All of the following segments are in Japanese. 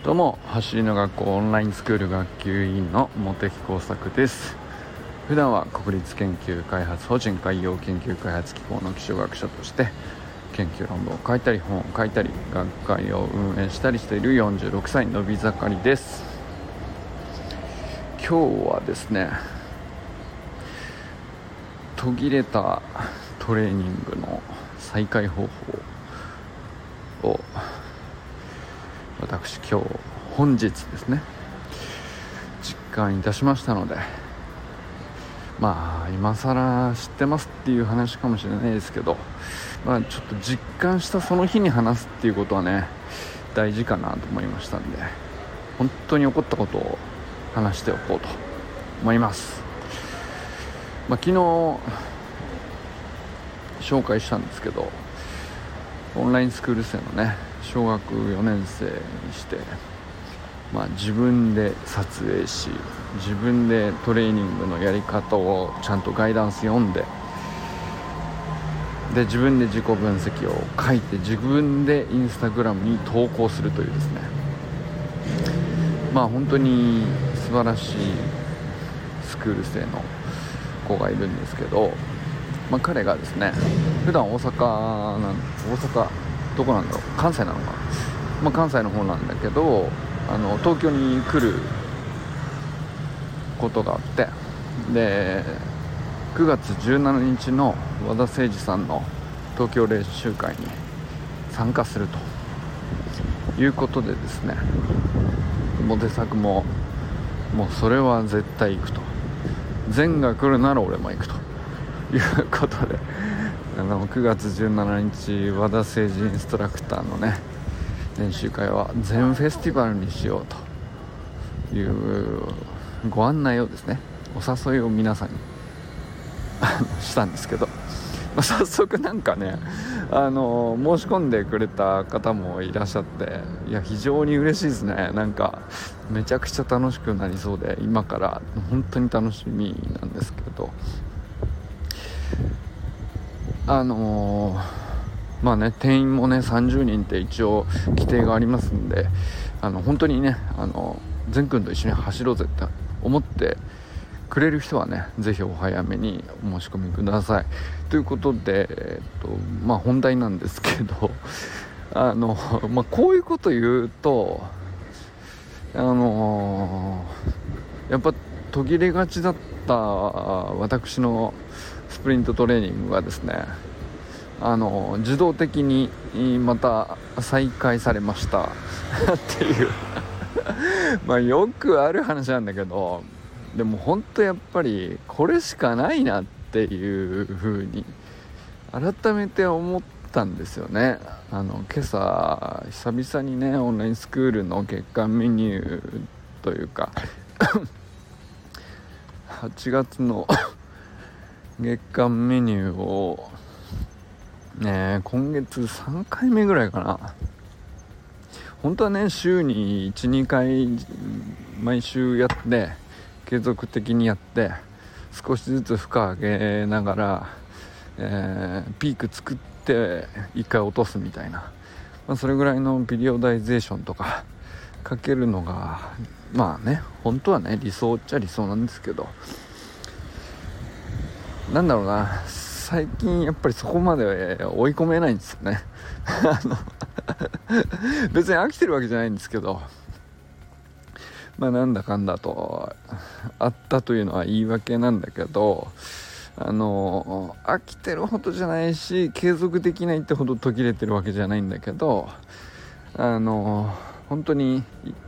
どうも、走りの学校オンラインスクール学級委員の茂木耕作です。普段は国立研究開発法人海洋研究開発機構の気象学者として研究論文を書いたり本を書いたり学会を運営したりしている46歳のび盛りです。今日はですね、途切れたトレーニングの再開方法を私本日ですね実感いたしましたので、今更知ってますっていう話かもしれないですけど、ちょっと実感したその日に話すっていうことはね大事かなと思いましたんで、本当に起こったことを話しておこうと思います。昨日紹介したんですけど、オンラインスクール生のね小学4年生にして、自分で撮影し、自分でトレーニングのやり方をちゃんとガイダンス読んで、自分で自己分析を書いて、自分でインスタグラムに投稿するというですね、本当に素晴らしいスクール生の子がいるんですけど、彼がですね、普段大阪どこなんだろう、関西なのかな、関西の方なんだけど、東京に来ることがあって、で9月17日の和田誠二さんの東京練習会に参加するということでですね、モテ作もそれは絶対行くと、善が来るなら俺も行くということで、9月17日和田誠二インストラクターのね練習会は全フェスティバルにしようというご案内をですね、お誘いを皆さんにしたんですけど、早速申し込んでくれた方もいらっしゃって、非常に嬉しいですね。めちゃくちゃ楽しくなりそうで、今から本当に楽しみなんですけど、定員もね30人って一応規定がありますんで、本当にね善くんと一緒に走ろうぜって思ってくれる人はね、ぜひお早めにお申し込みくださいということで、本題なんですけど、こういうこと言うとやっぱ途切れがちだった私のスプリントトレーニングがですね、自動的にまた再開されましたっていうよくある話なんだけど、でも本当やっぱりこれしかないなっていう風に改めて思ったんですよね。今朝久々にねオンラインスクールの月間メニューというか8月の月間メニューを今月3回目ぐらいかな。本当はね週に 1,2 回毎週やって継続的にやって少しずつ負荷上げながら、ピーク作って1回落とすみたいな、それぐらいのピリオダイゼーションとかかけるのが本当はね理想っちゃ理想なんですけど、最近やっぱりそこまで追い込めないんですよね別に飽きてるわけじゃないんですけど、なんだかんだとあったというのは言い訳なんだけど、飽きてるほどじゃないし継続できないってほど途切れてるわけじゃないんだけど、本当に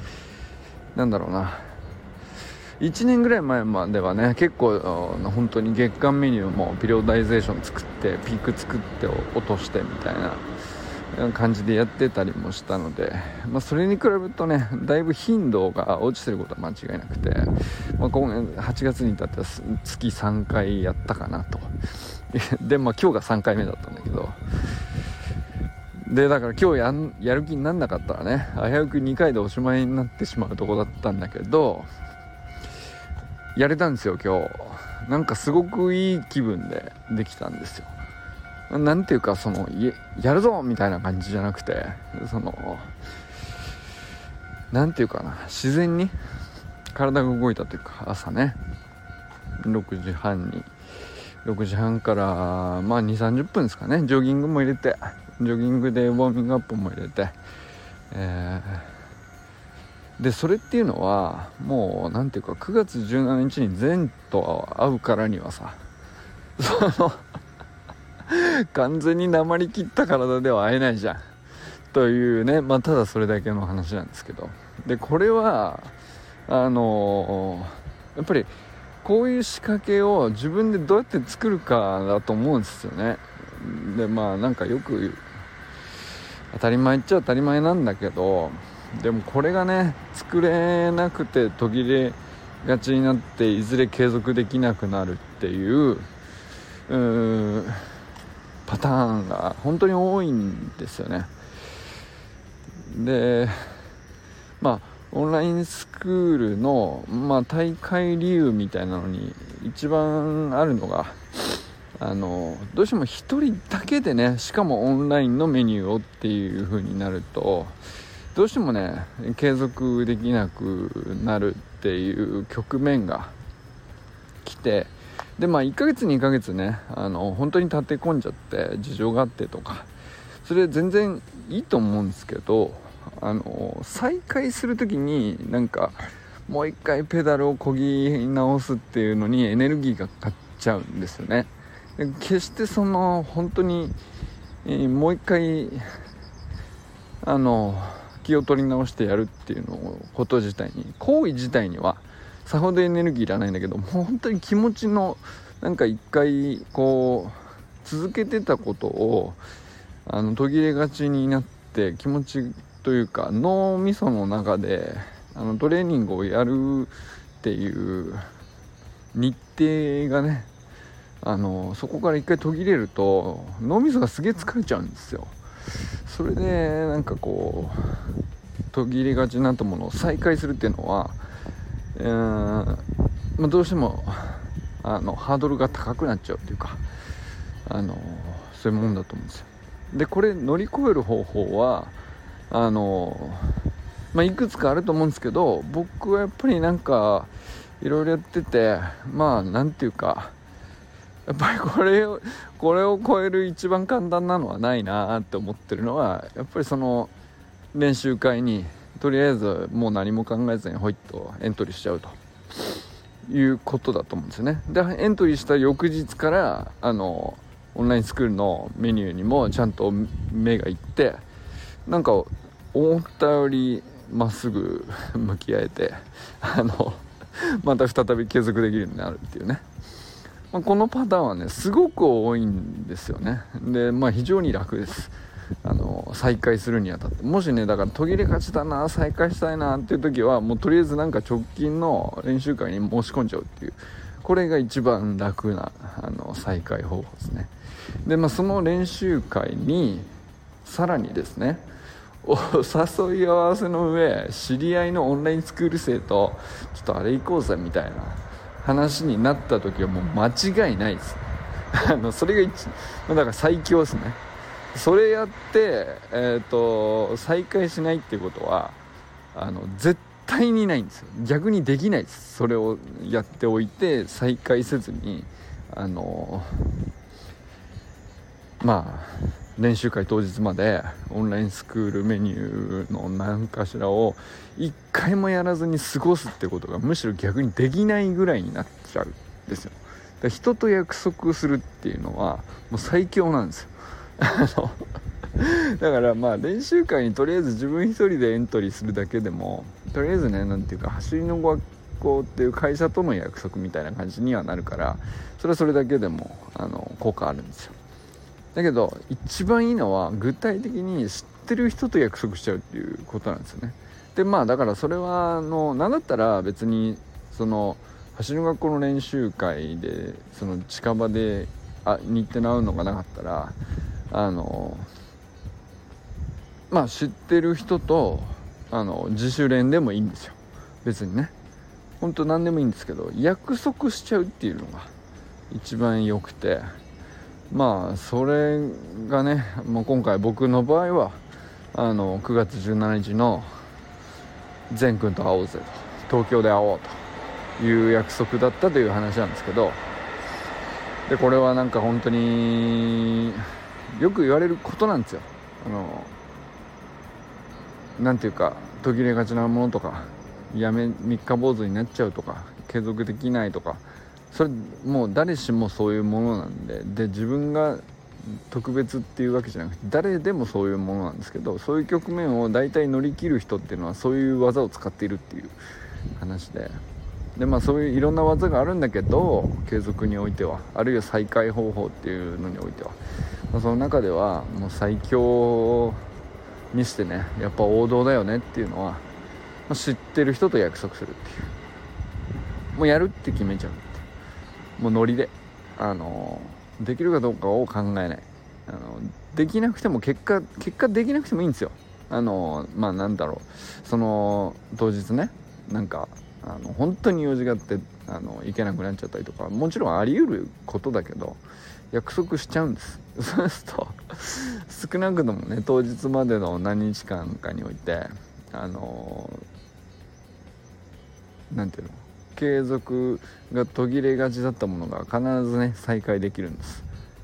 1年ぐらい前まではね結構本当に月間メニューもピリオダイゼーション作ってピーク作って落としてみたいな感じでやってたりもしたので、それに比べるとねだいぶ頻度が落ちてることは間違いなくて、今8月に至っては月3回やったかなとで今日が3回目だったんだけど、だから今日やる気にならなかったらね危うく2回でおしまいになってしまうとこだったんだけど、やれたんですよ今日。すごくいい気分でできたんですよ。なんていうかやるぞみたいな感じじゃなくて、 なんていうかな、自然に体が動いたというか、朝ね6時半からまあ 2,30 分ですかね、ジョギングも入れて、ジョギングでウォーミングアップも入れて、でそれっていうのはもうなんていうか、9月17日に前と会うからにはさ、その完全になりきった体では会えないじゃんというね、まあただそれだけの話なんですけど、でこれはやっぱりこういう仕掛けを自分でどうやって作るかだと思うんですよね。でまあなんかよく当たり前っちゃ当たり前なんだけど、でもこれがね作れなくて途切れがちになって、いずれ継続できなくなるっていうパターンが本当に多いんですよね。でまあオンラインスクールの、まあ、大会理由みたいなのに一番あるのが、どうしても一人だけでね、しかもオンラインのメニューをっていう風になると、どうしてもね継続できなくなるっていう局面が来て、でまあ1ヶ月2ヶ月ね本当に立て込んじゃって事情があってとか、それ全然いいと思うんですけど、再開するときになんかもう一回ペダルを漕ぎ直すっていうのにエネルギーがかかっちゃうんですよね。で決してその本当に、もう一回気を取り直してやるっていうこと自体に、行為自体にはさほどエネルギーいらないんだけど、もう本当に気持ちのなんか一回こう続けてたことを途切れがちになって、気持ちというか脳みその中でトレーニングをやるっていう日程がねそこから一回途切れると脳みそがすげえ疲れちゃうんですよ。それでなんかこう途切れがちになったものを再開するっていうのは、まあ、どうしてもハードルが高くなっちゃうっていうかそういうもんだと思うんですよ。でこれ乗り越える方法はまあ、いくつかあると思うんですけど、僕はやっぱりなんかいろいろやってて、まあなんていうかやっぱりこれを超える一番簡単なのはないなって思ってるのは、やっぱりその練習会にとりあえずもう何も考えずにホイッとエントリーしちゃうということだと思うんですよね。でエントリーした翌日からオンラインスクールのメニューにもちゃんと目がいって、なんか思ったよりまっすぐ向き合えてまた再び継続できるようになるっていうね、まあ、このパターンはねすごく多いんですよね。でまあ非常に楽です。再開するにあたって、もしねだから途切れがちだな、再開したいなっていう時はもうとりあえずなんか直近の練習会に申し込んじゃうっていう、これが一番楽な再開方法ですね。でまあその練習会にさらにですねお誘い合わせの上、知り合いのオンラインスクール生とちょっとあれ行こうぜみたいな話になった時はもう間違いないですそれがだから最強ですね。それやって、再開しないっていうことは絶対にないんですよ。逆にできないです。それをやっておいて再開せずにまあ練習会当日までオンラインスクールメニューの何かしらを一回もやらずに過ごすってことがむしろ逆にできないぐらいになっちゃうんですよ。だ人と約束するっていうのはもう最強なんですよだからまあ練習会にとりあえず自分一人でエントリーするだけでも、とりあえずねなんていうか走りの学校っていう会社との約束みたいな感じにはなるから、それはそれだけでも効果あるんですよ。だけど一番いいのは具体的に知ってる人と約束しちゃうっていうことなんですよね。でまあだからそれはなんだったら別にその走りの学校の練習会でその近場で日程の合うのがなかったらまあ知ってる人と自主練でもいいんですよ。別にねほんと何でもいいんですけど、約束しちゃうっていうのが一番良くて、まあそれがね、もう今回僕の場合は9月17日の善くんと会おうぜと、東京で会おうという約束だったという話なんですけど、でこれはなんか本当によく言われることなんですよ。なんていうか途切れがちなものとか、三日坊主になっちゃうとか、継続できないとか、それもう誰しもそういうものなんで、自分が特別っていうわけじゃなくて誰でもそういうものなんですけど、そういう局面を大体乗り切る人っていうのはそういう技を使っているっていう話で、そういういろんな技があるんだけど、継続においては、あるいは再開方法っていうのにおいては、その中ではもう最強にしてね、やっぱ王道だよねっていうのは、知ってる人と約束するっていう、もうやるって決めちゃうっていう、もうノリでできるかどうかを考えない、できなくても結果できなくてもいいんですよ。なんだろう、その当日ね、なんか本当に用事があって行けなくなっちゃったりとか、もちろんあり得ることだけど約束しちゃうんです。そうすると少なくともね、当日までの何日間かにおいてなんていうの、継続が途切れがちだったものが必ずね再開できるんです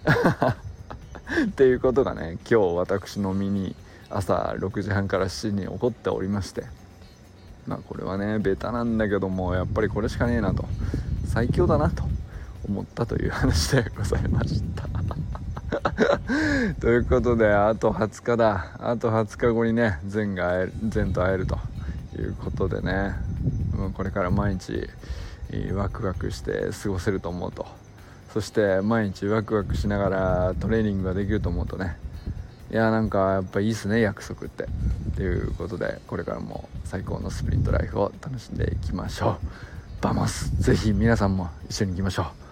っていうことがね、今日私の身に朝6時半から7時に起こっておりまして、これはねベタなんだけども、やっぱりこれしかねえなと、最強だなと思ったという話でございましたということで、あと20日だ。あと20日後にね善と会えるということでね、これから毎日ワクワクして過ごせると思うと、そして毎日ワクワクしながらトレーニングができると思うとね、いやなんかやっぱいいっすね、約束ってということで、これからも最高のスプリントライフを楽しんでいきましょう。バモス、ぜひ皆さんも一緒に行きましょう。